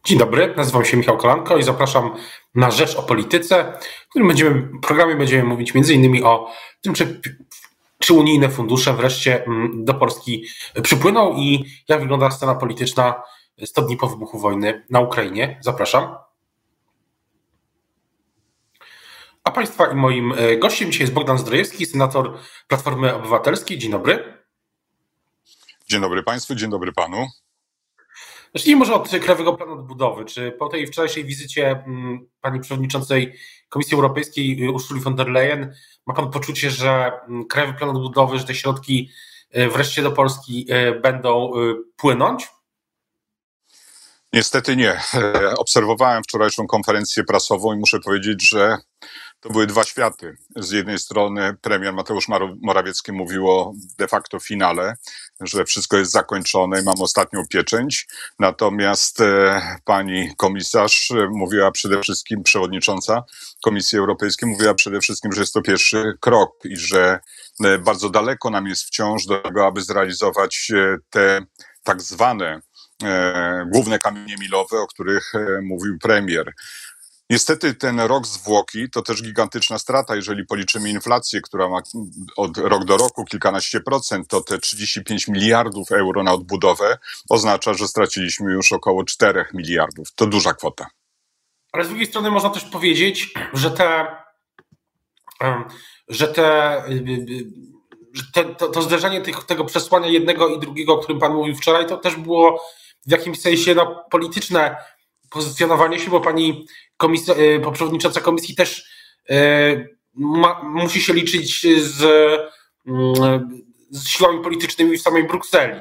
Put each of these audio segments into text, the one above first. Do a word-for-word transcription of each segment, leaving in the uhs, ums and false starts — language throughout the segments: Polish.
Dzień dobry, nazywam się Michał Kolanko i zapraszam na Rzecz o Polityce, w którym będziemy, w programie będziemy mówić między innymi o tym, czy, czy unijne fundusze wreszcie do Polski przypłyną i jak wygląda scena polityczna sto dni po wybuchu wojny na Ukrainie. Zapraszam. A Państwa i moim gościem dzisiaj jest Bogdan Zdrojewski, senator Platformy Obywatelskiej. Dzień dobry. Dzień dobry Państwu, dzień dobry Panu. Zacznijmy może od Krajowego Planu Odbudowy. Czy po tej wczorajszej wizycie pani przewodniczącej Komisji Europejskiej Ursuli von der Leyen ma pan poczucie, że Krajowy Plan Odbudowy, że te środki wreszcie do Polski będą płynąć? Niestety nie. Obserwowałem wczorajszą konferencję prasową i muszę powiedzieć, że to były dwa światy. Z jednej strony premier Mateusz Morawiecki mówił o de facto finale, że wszystko jest zakończone i mamy ostatnią pieczęć. Natomiast e, pani komisarz mówiła przede wszystkim, przewodnicząca Komisji Europejskiej mówiła przede wszystkim, że jest to pierwszy krok i że e, bardzo daleko nam jest wciąż do tego, aby zrealizować e, te tak zwane e, główne kamienie milowe, o których e, mówił premier. Niestety ten rok zwłoki to też gigantyczna strata, jeżeli policzymy inflację, która ma od rok do roku kilkanaście procent, to te trzydzieści pięć miliardów euro na odbudowę oznacza, że straciliśmy już około czterech miliardów. To duża kwota. Ale z drugiej strony można też powiedzieć, że te, że te, że te to, to zderzenie tych, tego przesłania jednego i drugiego, o którym pan mówił wczoraj, to też było w jakimś sensie no, polityczne pozycjonowanie się, bo pani komisja, przewodnicząca komisji też ma, musi się liczyć z, z siłami politycznymi w samej Brukseli.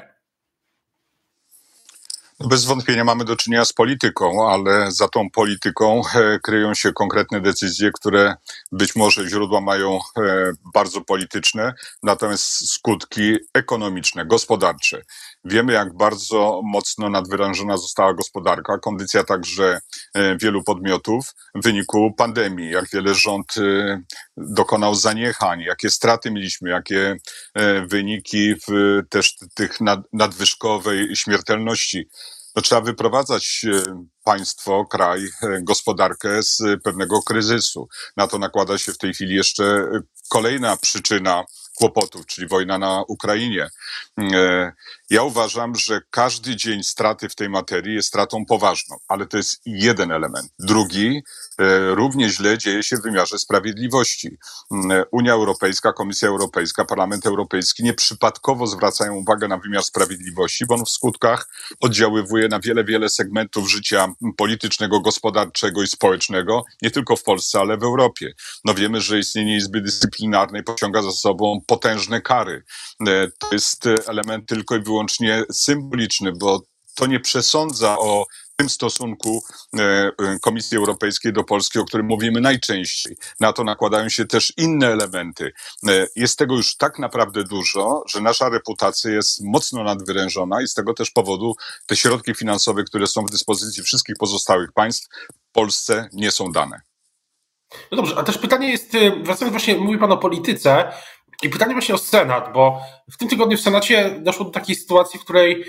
Bez wątpienia mamy do czynienia z polityką, ale za tą polityką kryją się konkretne decyzje, które być może źródła mają bardzo polityczne, natomiast skutki ekonomiczne, gospodarcze. Wiemy, jak bardzo mocno nadwyrężona została gospodarka, kondycja także wielu podmiotów w wyniku pandemii, jak wiele rząd dokonał zaniechań, jakie straty mieliśmy, jakie wyniki w też tych nadwyżkowej śmiertelności. No, trzeba wyprowadzać państwo, kraj, gospodarkę z pewnego kryzysu. Na to nakłada się w tej chwili jeszcze kolejna przyczyna kłopotów, czyli wojna na Ukrainie. Ja uważam, że każdy dzień straty w tej materii jest stratą poważną, ale to jest jeden element. Drugi, równie źle dzieje się w wymiarze sprawiedliwości. Unia Europejska, Komisja Europejska, Parlament Europejski nieprzypadkowo zwracają uwagę na wymiar sprawiedliwości, bo on w skutkach oddziaływuje na wiele, wiele segmentów życia politycznego, gospodarczego i społecznego, nie tylko w Polsce, ale w Europie. No wiemy, że istnienie Izby Dyscyplinarnej pociąga za sobą potężne kary. To jest element tylko i wyłącznie symboliczny, bo to nie przesądza o tym stosunku Komisji Europejskiej do Polski, o którym mówimy najczęściej. Na to nakładają się też inne elementy. Jest tego już tak naprawdę dużo, że nasza reputacja jest mocno nadwyrężona i z tego też powodu te środki finansowe, które są w dyspozycji wszystkich pozostałych państw, w Polsce nie są dane. No dobrze, a też pytanie jest, wracając właśnie, mówi pan o polityce, i pytanie właśnie o Senat, bo w tym tygodniu w Senacie doszło do takiej sytuacji, w której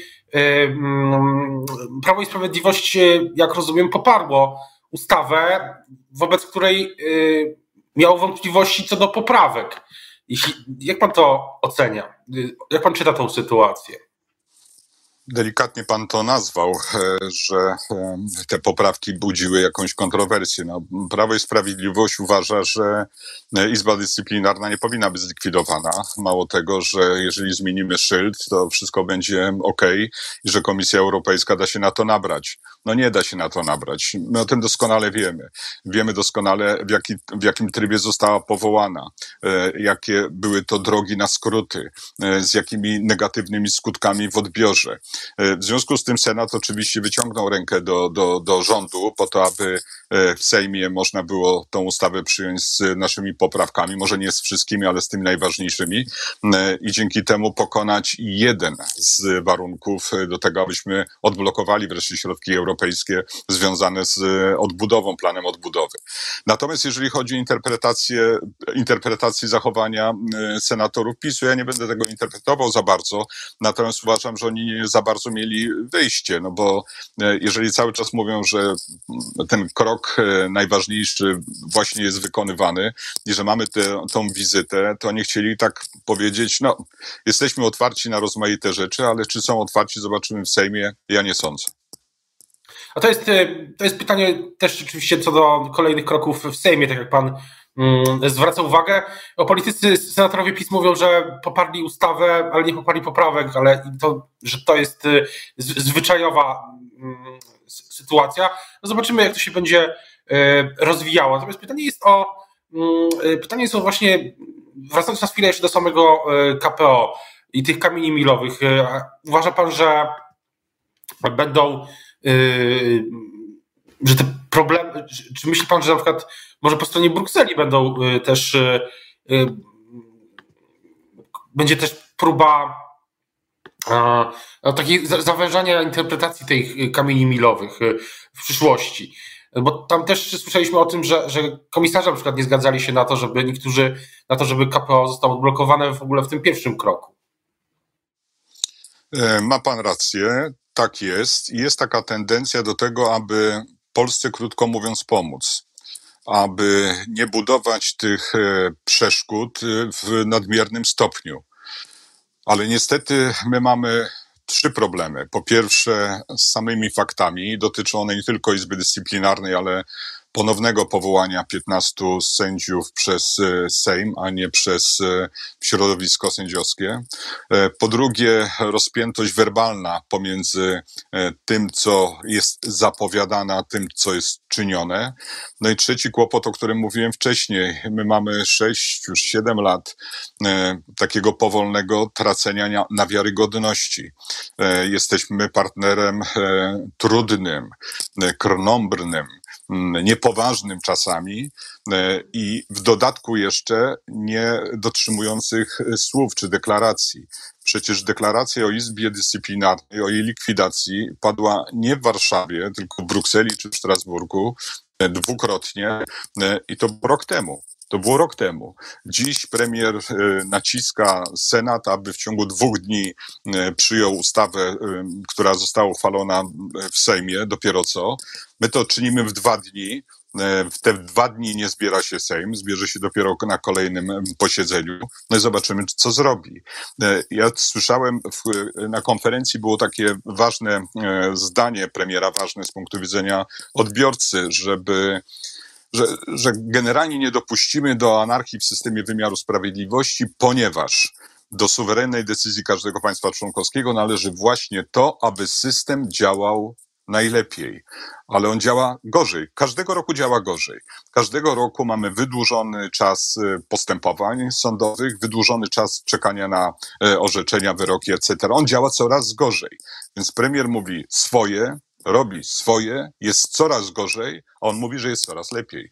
Prawo i Sprawiedliwość, jak rozumiem, poparło ustawę, wobec której miało wątpliwości co do poprawek. Jak pan to ocenia? Jak pan czyta tą sytuację? Delikatnie pan to nazwał, że te poprawki budziły jakąś kontrowersję. No, Prawo i Sprawiedliwość uważa, że Izba Dyscyplinarna nie powinna być zlikwidowana. Mało tego, że jeżeli zmienimy szyld, to wszystko będzie okej i że Komisja Europejska da się na to nabrać. No nie da się na to nabrać. My o tym doskonale wiemy. Wiemy doskonale, w, jaki, w jakim trybie została powołana, jakie były to drogi na skróty, z jakimi negatywnymi skutkami w odbiorze. W związku z tym Senat oczywiście wyciągnął rękę do, do, do rządu po to, aby w Sejmie można było tą ustawę przyjąć z naszymi poprawkami, może nie z wszystkimi, ale z tymi najważniejszymi i dzięki temu pokonać jeden z warunków do tego, abyśmy odblokowali wreszcie środki europejskie związane z odbudową, planem odbudowy. Natomiast jeżeli chodzi o interpretację, interpretację zachowania senatorów PiSu, ja nie będę tego interpretował za bardzo, natomiast uważam, że oni nie za bardzo mieli wyjście, no bo jeżeli cały czas mówią, że ten krok najważniejszy właśnie jest wykonywany i że mamy tę tą wizytę, to nie chcieli tak powiedzieć, no jesteśmy otwarci na rozmaite rzeczy, ale czy są otwarci, zobaczymy w Sejmie, ja nie sądzę. A to jest, to jest pytanie też oczywiście co do kolejnych kroków w Sejmie, tak jak pan mm, zwraca uwagę. O politycy, senatorowie PiS mówią, że poparli ustawę, ale nie poparli poprawek, ale to, że to jest z, zwyczajowa mm, sytuacja. No zobaczymy, jak to się będzie y, rozwijało. Natomiast pytanie jest o y, pytanie jest o właśnie, wracając na chwilę jeszcze do samego y, K P O i tych kamieni milowych. Y, uważa pan, że będą Yy, że te problemy, czy myśli pan, że na przykład może po stronie Brukseli będą yy, też yy, będzie też próba yy, takiej zawężania interpretacji tych kamieni milowych yy, w przyszłości, bo tam też słyszeliśmy o tym, że, że komisarze na przykład nie zgadzali się na to, żeby niektórzy na to, żeby K P O zostało odblokowane w ogóle w tym pierwszym kroku. Ma pan rację. Tak jest. I jest taka tendencja do tego, aby Polsce, krótko mówiąc, pomóc. Aby nie budować tych przeszkód w nadmiernym stopniu. Ale niestety my mamy trzy problemy. Po pierwsze, z samymi faktami. Dotyczą one nie tylko Izby Dyscyplinarnej, ale ponownego powołania piętnastu sędziów przez Sejm, a nie przez środowisko sędziowskie. Po drugie, rozpiętość werbalna pomiędzy tym, co jest zapowiadane, a tym, co jest czynione. No i trzeci kłopot, o którym mówiłem wcześniej. My mamy sześć, już siedem lat takiego powolnego tracenia na wiarygodności. Jesteśmy partnerem trudnym, krnąbrnym, niepoważnym czasami i w dodatku jeszcze nie dotrzymujących słów czy deklaracji. Przecież deklaracja o Izbie Dyscyplinarnej, o jej likwidacji padła nie w Warszawie, tylko w Brukseli czy w Strasburgu dwukrotnie i to rok temu. To było rok temu. Dziś premier naciska Senat, aby w ciągu dwóch dni przyjął ustawę, która została uchwalona w Sejmie dopiero co. My to czynimy w dwa dni. W te dwa dni nie zbiera się Sejm, zbierze się dopiero na kolejnym posiedzeniu. No i zobaczymy, co zrobi. Ja słyszałem, w, na konferencji było takie ważne zdanie premiera, ważne z punktu widzenia odbiorcy, żeby Że, że generalnie nie dopuścimy do anarchii w systemie wymiaru sprawiedliwości, ponieważ do suwerennej decyzji każdego państwa członkowskiego należy właśnie to, aby system działał najlepiej. Ale on działa gorzej. Każdego roku działa gorzej. Każdego roku mamy wydłużony czas postępowań sądowych, wydłużony czas czekania na orzeczenia, wyroki, et cetera. On działa coraz gorzej. Więc premier mówi swoje, robi swoje, jest coraz gorzej, a on mówi, że jest coraz lepiej.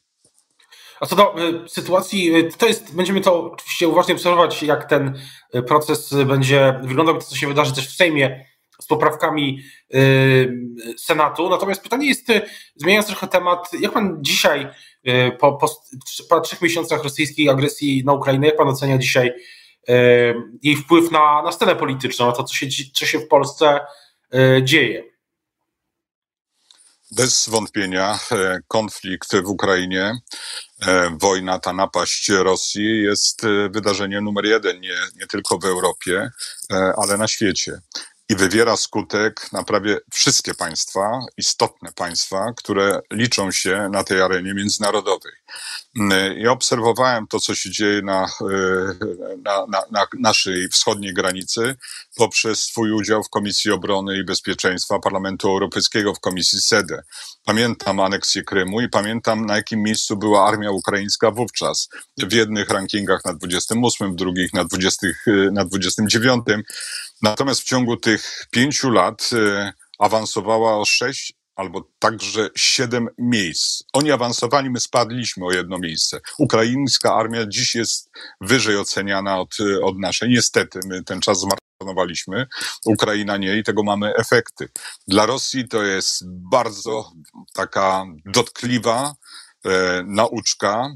A co do y, sytuacji, y, to jest, będziemy to oczywiście uważnie obserwować, jak ten y, proces będzie wyglądał, to co się wydarzy też w Sejmie z poprawkami y, Senatu. Natomiast pytanie jest, y, zmieniając trochę temat, jak pan dzisiaj y, po, po, po trzech miesiącach rosyjskiej agresji na Ukrainę, jak pan ocenia dzisiaj y, jej wpływ na, na scenę polityczną, na to, co się, co się w Polsce y, dzieje? Bez wątpienia konflikt w Ukrainie, wojna, ta napaść Rosji jest wydarzeniem numer jeden, nie, nie tylko w Europie, ale na świecie. I wywiera skutek na prawie wszystkie państwa, istotne państwa, które liczą się na tej arenie międzynarodowej. Ja obserwowałem to, co się dzieje na, na, na, na naszej wschodniej granicy poprzez swój udział w Komisji Obrony i Bezpieczeństwa Parlamentu Europejskiego w Komisji SEDE. Pamiętam aneksję Krymu i pamiętam, na jakim miejscu była armia ukraińska wówczas. W jednych rankingach na dwudziestym ósmym, w drugich na, dwudziestym, na dwudziestym dziewiątym. Natomiast w ciągu tych pięciu lat awansowała o sześć albo także siedem miejsc. Oni awansowali, my spadliśmy o jedno miejsce. Ukraińska armia dziś jest wyżej oceniana od, od naszej. Niestety, my ten czas zmarnowaliśmy. Ukraina nie i tego mamy efekty. Dla Rosji to jest bardzo taka dotkliwa e, nauczka,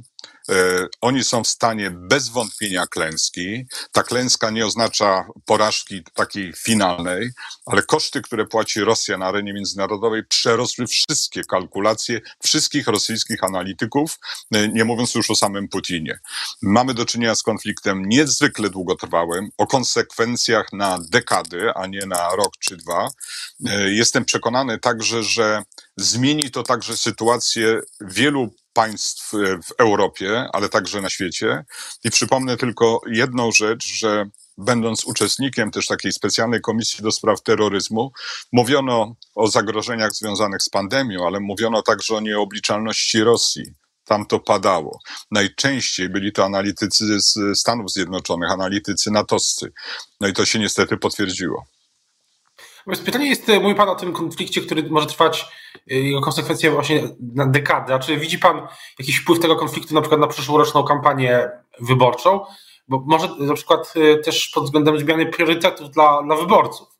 Oni są w stanie bez wątpienia klęski. Ta klęska nie oznacza porażki takiej finalnej, ale koszty, które płaci Rosja na arenie międzynarodowej, przerosły wszystkie kalkulacje wszystkich rosyjskich analityków, nie mówiąc już o samym Putinie. Mamy do czynienia z konfliktem niezwykle długotrwałym, o konsekwencjach na dekady, a nie na rok czy dwa. Jestem przekonany także, że zmieni to także sytuację wielu państw w Europie, ale także na świecie. I przypomnę tylko jedną rzecz, że będąc uczestnikiem też takiej specjalnej komisji do spraw terroryzmu, mówiono o zagrożeniach związanych z pandemią, ale mówiono także o nieobliczalności Rosji. Tam to padało. Najczęściej byli to analitycy z Stanów Zjednoczonych, analitycy natowscy. No i to się niestety potwierdziło. Pytanie jest, mówi Pan o tym konflikcie, który może trwać, jego konsekwencje właśnie na dekadę. A czy widzi Pan jakiś wpływ tego konfliktu na przykład na przyszłoroczną kampanię wyborczą? Bo może na przykład też pod względem zmiany priorytetów dla, dla wyborców.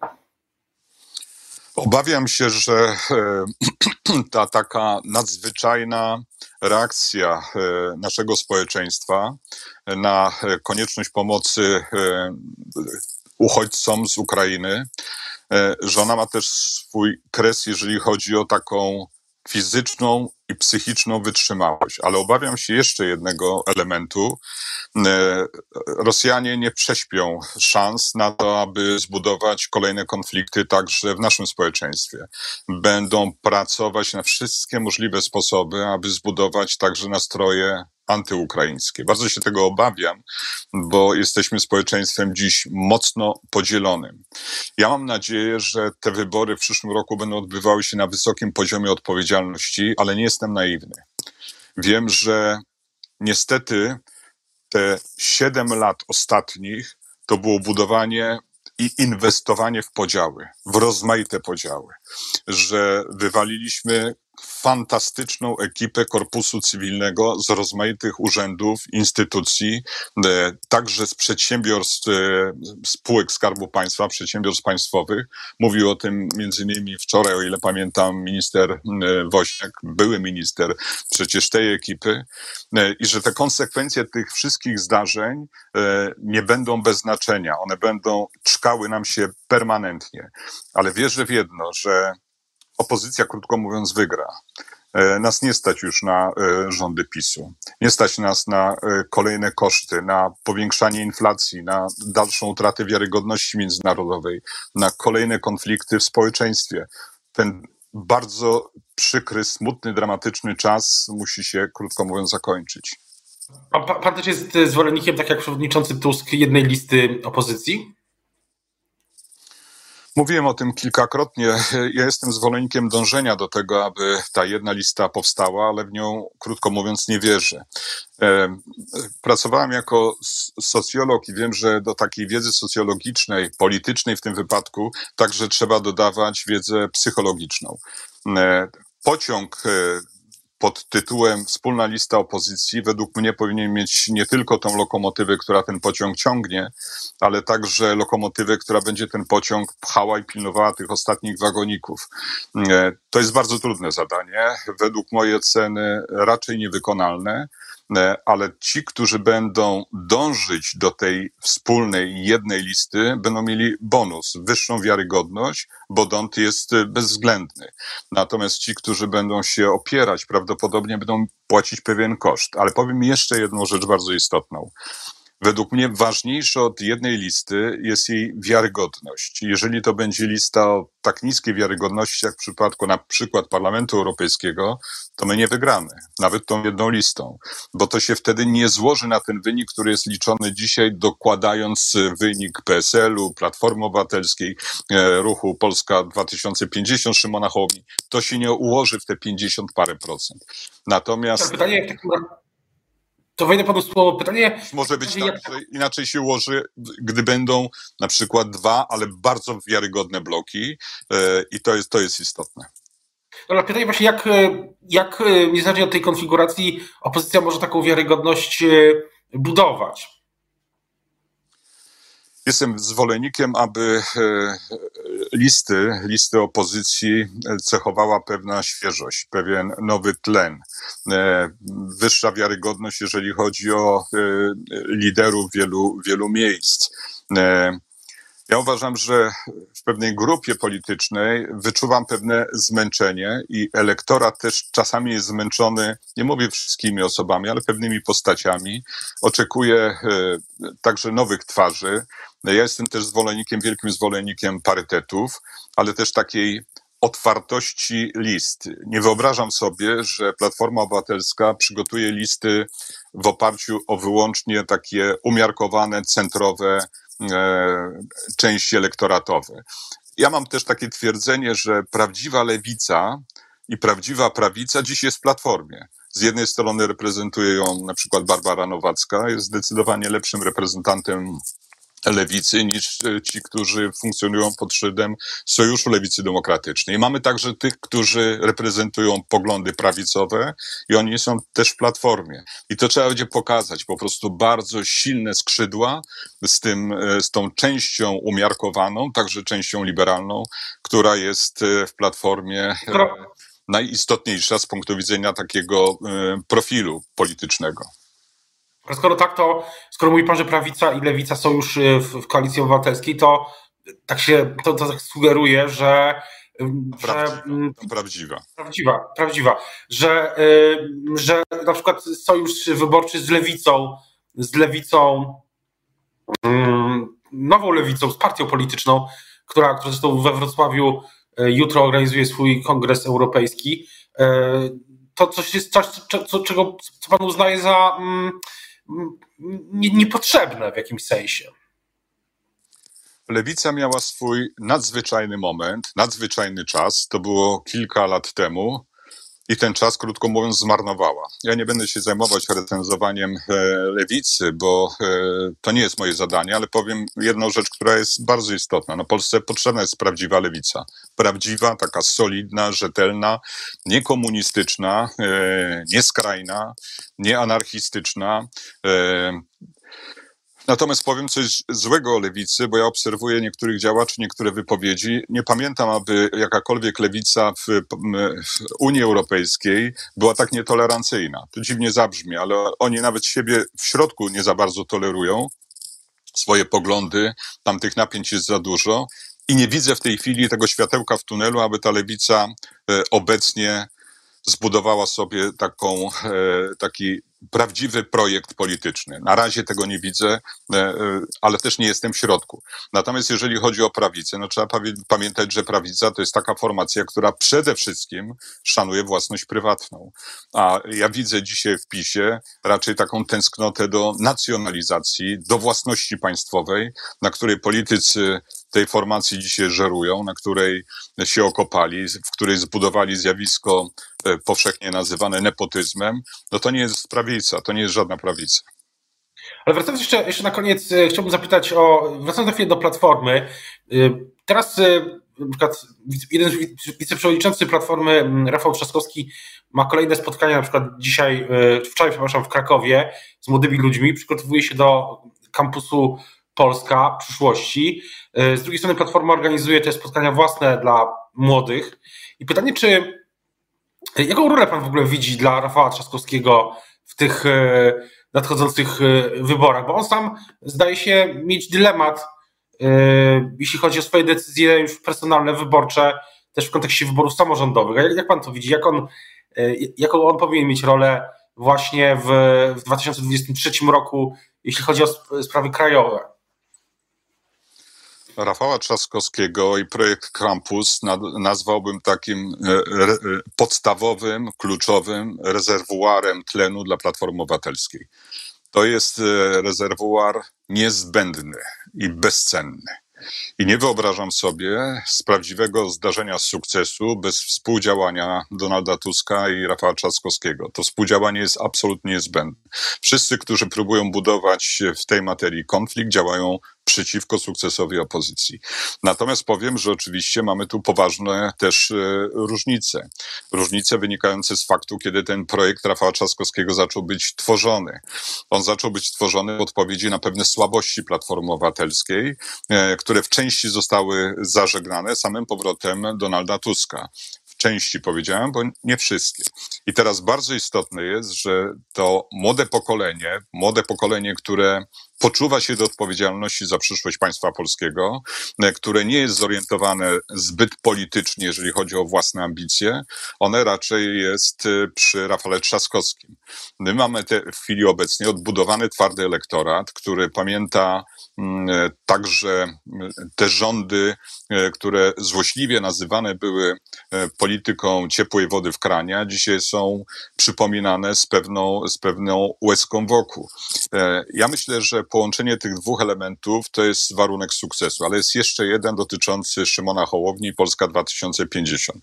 Obawiam się, że ta taka nadzwyczajna reakcja naszego społeczeństwa na konieczność pomocy uchodźcom z Ukrainy, że ona ma też swój kres, jeżeli chodzi o taką fizyczną i psychiczną wytrzymałość. Ale obawiam się jeszcze jednego elementu. Rosjanie nie prześpią szans na to, aby zbudować kolejne konflikty także w naszym społeczeństwie. Będą pracować na wszystkie możliwe sposoby, aby zbudować także nastroje antyukraińskie. Bardzo się tego obawiam, bo jesteśmy społeczeństwem dziś mocno podzielonym. Ja mam nadzieję, że te wybory w przyszłym roku będą odbywały się na wysokim poziomie odpowiedzialności, ale nie jestem naiwny. Wiem, że niestety te siedem lat ostatnich to było budowanie i inwestowanie w podziały, w rozmaite podziały, że wywaliliśmy fantastyczną ekipę korpusu cywilnego z rozmaitych urzędów, instytucji, także z przedsiębiorstw, spółek Skarbu Państwa, przedsiębiorstw państwowych. Mówił o tym między innymi wczoraj, o ile pamiętam, minister Woźniak, były minister przecież tej ekipy, i że te konsekwencje tych wszystkich zdarzeń nie będą bez znaczenia. One będą czkały nam się permanentnie. Ale wierzę w jedno, że opozycja, krótko mówiąc, wygra. Nas nie stać już na rządy PiSu. Nie stać nas na kolejne koszty, na powiększanie inflacji, na dalszą utratę wiarygodności międzynarodowej, na kolejne konflikty w społeczeństwie. Ten bardzo przykry, smutny, dramatyczny czas musi się, krótko mówiąc, zakończyć. A pan, pan też jest zwolennikiem, tak jak przewodniczący Tusk, jednej listy opozycji? Mówiłem o tym kilkakrotnie. Ja jestem zwolennikiem dążenia do tego, aby ta jedna lista powstała, ale w nią, krótko mówiąc, nie wierzę. Pracowałem jako socjolog i wiem, że do takiej wiedzy socjologicznej, politycznej w tym wypadku, także trzeba dodawać wiedzę psychologiczną. Pociąg pod tytułem Wspólna lista opozycji według mnie powinien mieć nie tylko tą lokomotywę, która ten pociąg ciągnie, ale także lokomotywę, która będzie ten pociąg pchała i pilnowała tych ostatnich wagoników. To jest bardzo trudne zadanie, według mojej oceny raczej niewykonalne, ale ci, którzy będą dążyć do tej wspólnej jednej listy, będą mieli bonus, wyższą wiarygodność, bo dąd jest bezwzględny. Natomiast ci, którzy będą się opierać, prawdopodobnie będą płacić pewien koszt. Ale powiem jeszcze jedną rzecz bardzo istotną. Według mnie ważniejsze od jednej listy jest jej wiarygodność. Jeżeli to będzie lista o tak niskiej wiarygodności, jak w przypadku na przykład Parlamentu Europejskiego, to my nie wygramy, nawet tą jedną listą, bo to się wtedy nie złoży na ten wynik, który jest liczony dzisiaj, dokładając wynik P S L u, Platformy Obywatelskiej, Ruchu Polska dwa tysiące pięćdziesiąt Szymona Hołowni. To się nie ułoży w te pięćdziesiąt parę procent. Natomiast... Pytanie, jak To wejdę panu słowo pytanie. Może być tak, że inaczej się ułoży, gdy będą na przykład dwa, ale bardzo wiarygodne bloki yy, i to jest, to jest istotne. Dobra, pytanie właśnie, jak, jak niezależnie od tej konfiguracji opozycja może taką wiarygodność budować? Jestem zwolennikiem, aby listy, listy opozycji cechowała pewna świeżość, pewien nowy tlen, wyższa wiarygodność, jeżeli chodzi o liderów wielu, wielu miejsc. Ja uważam, że w pewnej grupie politycznej wyczuwam pewne zmęczenie i elektorat też czasami jest zmęczony, nie mówię wszystkimi osobami, ale pewnymi postaciami. Oczekuje także nowych twarzy. Ja jestem też zwolennikiem, wielkim zwolennikiem parytetów, ale też takiej otwartości list. Nie wyobrażam sobie, że Platforma Obywatelska przygotuje listy w oparciu o wyłącznie takie umiarkowane, centrowe części elektoratowe. Ja mam też takie twierdzenie, że prawdziwa lewica i prawdziwa prawica dziś jest w Platformie. Z jednej strony reprezentuje ją na przykład Barbara Nowacka, jest zdecydowanie lepszym reprezentantem lewicy niż ci, którzy funkcjonują pod szyldem Sojuszu Lewicy Demokratycznej. Mamy także tych, którzy reprezentują poglądy prawicowe i oni są też w Platformie. I to trzeba będzie pokazać, po prostu bardzo silne skrzydła z tym, z tą częścią umiarkowaną, także częścią liberalną, która jest w Platformie najistotniejsza z punktu widzenia takiego profilu politycznego. Skoro tak, to skoro mówi pan, że prawica i lewica są już w, w Koalicji Obywatelskiej, to tak się to, to tak sugeruje, że, prawdziwa, że prawdziwa. Prawdziwa, prawdziwa, że, że na przykład sojusz wyborczy z lewicą, z lewicą, nową lewicą, z partią polityczną, która, która zresztą we Wrocławiu jutro organizuje swój kongres europejski, to coś jest coś, co, czego, co pan uznaje za niepotrzebne w jakimś sensie. Lewica miała swój nadzwyczajny moment, nadzwyczajny czas. To było kilka lat temu i ten czas, krótko mówiąc, zmarnowała. Ja nie będę się zajmować recenzowaniem lewicy, bo to nie jest moje zadanie, ale powiem jedną rzecz, która jest bardzo istotna. No, Polsce potrzebna jest prawdziwa lewica. Prawdziwa, taka solidna, rzetelna, niekomunistyczna, nieskrajna, nieanarchistyczna. Natomiast powiem coś złego o lewicy, bo ja obserwuję niektórych działaczy, niektóre wypowiedzi. Nie pamiętam, aby jakakolwiek lewica w, w Unii Europejskiej była tak nietolerancyjna. To dziwnie zabrzmi, ale oni nawet siebie w środku nie za bardzo tolerują, swoje poglądy, tam tych napięć jest za dużo i nie widzę w tej chwili tego światełka w tunelu, aby ta lewica obecnie zbudowała sobie taką, taki prawdziwy projekt polityczny. Na razie tego nie widzę, ale też nie jestem w środku. Natomiast jeżeli chodzi o prawicę, no trzeba pamiętać, że prawica to jest taka formacja, która przede wszystkim szanuje własność prywatną. A ja widzę dzisiaj w PiSie raczej taką tęsknotę do nacjonalizacji, do własności państwowej, na której politycy tej formacji dzisiaj żerują, na której się okopali, w której zbudowali zjawisko powszechnie nazywane nepotyzmem, no to nie jest prawica, to nie jest żadna prawica. Ale wracając jeszcze, jeszcze na koniec, chciałbym zapytać o, wracając na chwilę do Platformy. Teraz na przykład jeden z wiceprzewodniczący Platformy, Rafał Trzaskowski, ma kolejne spotkania, na przykład dzisiaj, wczoraj, przepraszam, w Krakowie z młodymi ludźmi, przygotowuje się do kampusu Polska przyszłości. Z drugiej strony Platforma organizuje te spotkania własne dla młodych. I pytanie, czy jaką rolę pan w ogóle widzi dla Rafała Trzaskowskiego w tych nadchodzących wyborach? Bo on sam zdaje się mieć dylemat, jeśli chodzi o swoje decyzje już personalne, wyborcze, też w kontekście wyborów samorządowych. Jak pan to widzi? Jak on, jaką on powinien mieć rolę właśnie w, w dwa tysiące dwudziestym trzecim roku, jeśli chodzi o sprawy krajowe? Rafała Trzaskowskiego i projekt Campus nazwałbym takim podstawowym, kluczowym rezerwuarem tlenu dla Platformy Obywatelskiej. To jest rezerwuar niezbędny i bezcenny. I nie wyobrażam sobie z prawdziwego zdarzenia sukcesu bez współdziałania Donalda Tuska i Rafała Trzaskowskiego. To współdziałanie jest absolutnie niezbędne. Wszyscy, którzy próbują budować w tej materii konflikt, działają przeciwko sukcesowi opozycji. Natomiast powiem, że oczywiście mamy tu poważne też różnice. Różnice wynikające z faktu, kiedy ten projekt Rafała Trzaskowskiego zaczął być tworzony. On zaczął być tworzony w odpowiedzi na pewne słabości Platformy Obywatelskiej, które w części zostały zażegnane samym powrotem Donalda Tuska. Części powiedziałem, bo nie wszystkie. I teraz bardzo istotne jest, że to młode pokolenie, młode pokolenie, które poczuwa się do odpowiedzialności za przyszłość państwa polskiego, które nie jest zorientowane zbyt politycznie, jeżeli chodzi o własne ambicje, one raczej jest przy Rafale Trzaskowskim. My mamy te, w chwili obecnej odbudowany twardy elektorat, który pamięta mm, także te rządy, które złośliwie nazywane były polityką ciepłej wody w kranie, a dzisiaj są przypominane z pewną, z pewną łezką wokół. Ja myślę, że połączenie tych dwóch elementów to jest warunek sukcesu, ale jest jeszcze jeden dotyczący Szymona Hołowni i Polska dwa tysiące pięćdziesiąt.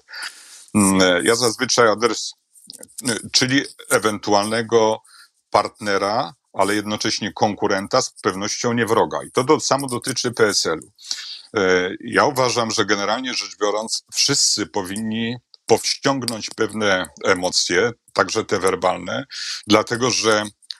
Ja zazwyczaj adres, czyli ewentualnego partnera, ale jednocześnie konkurenta, z pewnością nie wroga. I to do, samo dotyczy P S L u. Ja uważam, że generalnie rzecz biorąc, wszyscy powinni powściągnąć pewne emocje, także te werbalne, dlatego że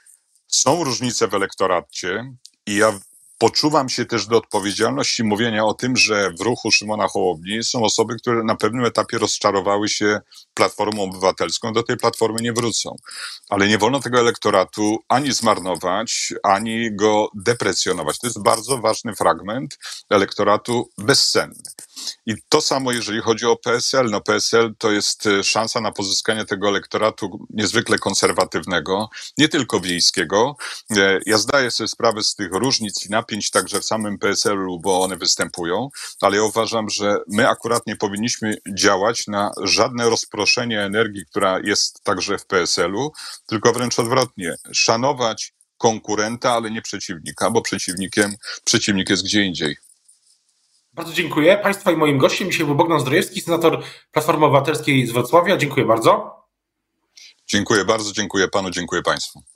są różnice w elektoracie i ja poczuwam się też do odpowiedzialności mówienia o tym, że w ruchu Szymona Hołowni są osoby, które na pewnym etapie rozczarowały się Platformą Obywatelską, do tej Platformy nie wrócą. Ale nie wolno tego elektoratu ani zmarnować, ani go deprecjonować. To jest bardzo ważny fragment elektoratu bezcenny. I to samo, jeżeli chodzi o P S L. No P S L to jest szansa na pozyskanie tego elektoratu niezwykle konserwatywnego, nie tylko wiejskiego. Ja zdaję sobie sprawę z tych różnic i napięć także w samym P S L u, bo one występują, ale ja uważam, że my akurat nie powinniśmy działać na żadne rozproszenie energii, która jest także w P S L u, tylko wręcz odwrotnie. Szanować konkurenta, ale nie przeciwnika, bo przeciwnikiem, przeciwnik jest gdzie indziej. Bardzo dziękuję. Państwa i moim gościem dzisiaj był Bogdan Zdrojewski, senator Platformy Obywatelskiej z Wrocławia. Dziękuję bardzo. Dziękuję bardzo, dziękuję panu, dziękuję państwu.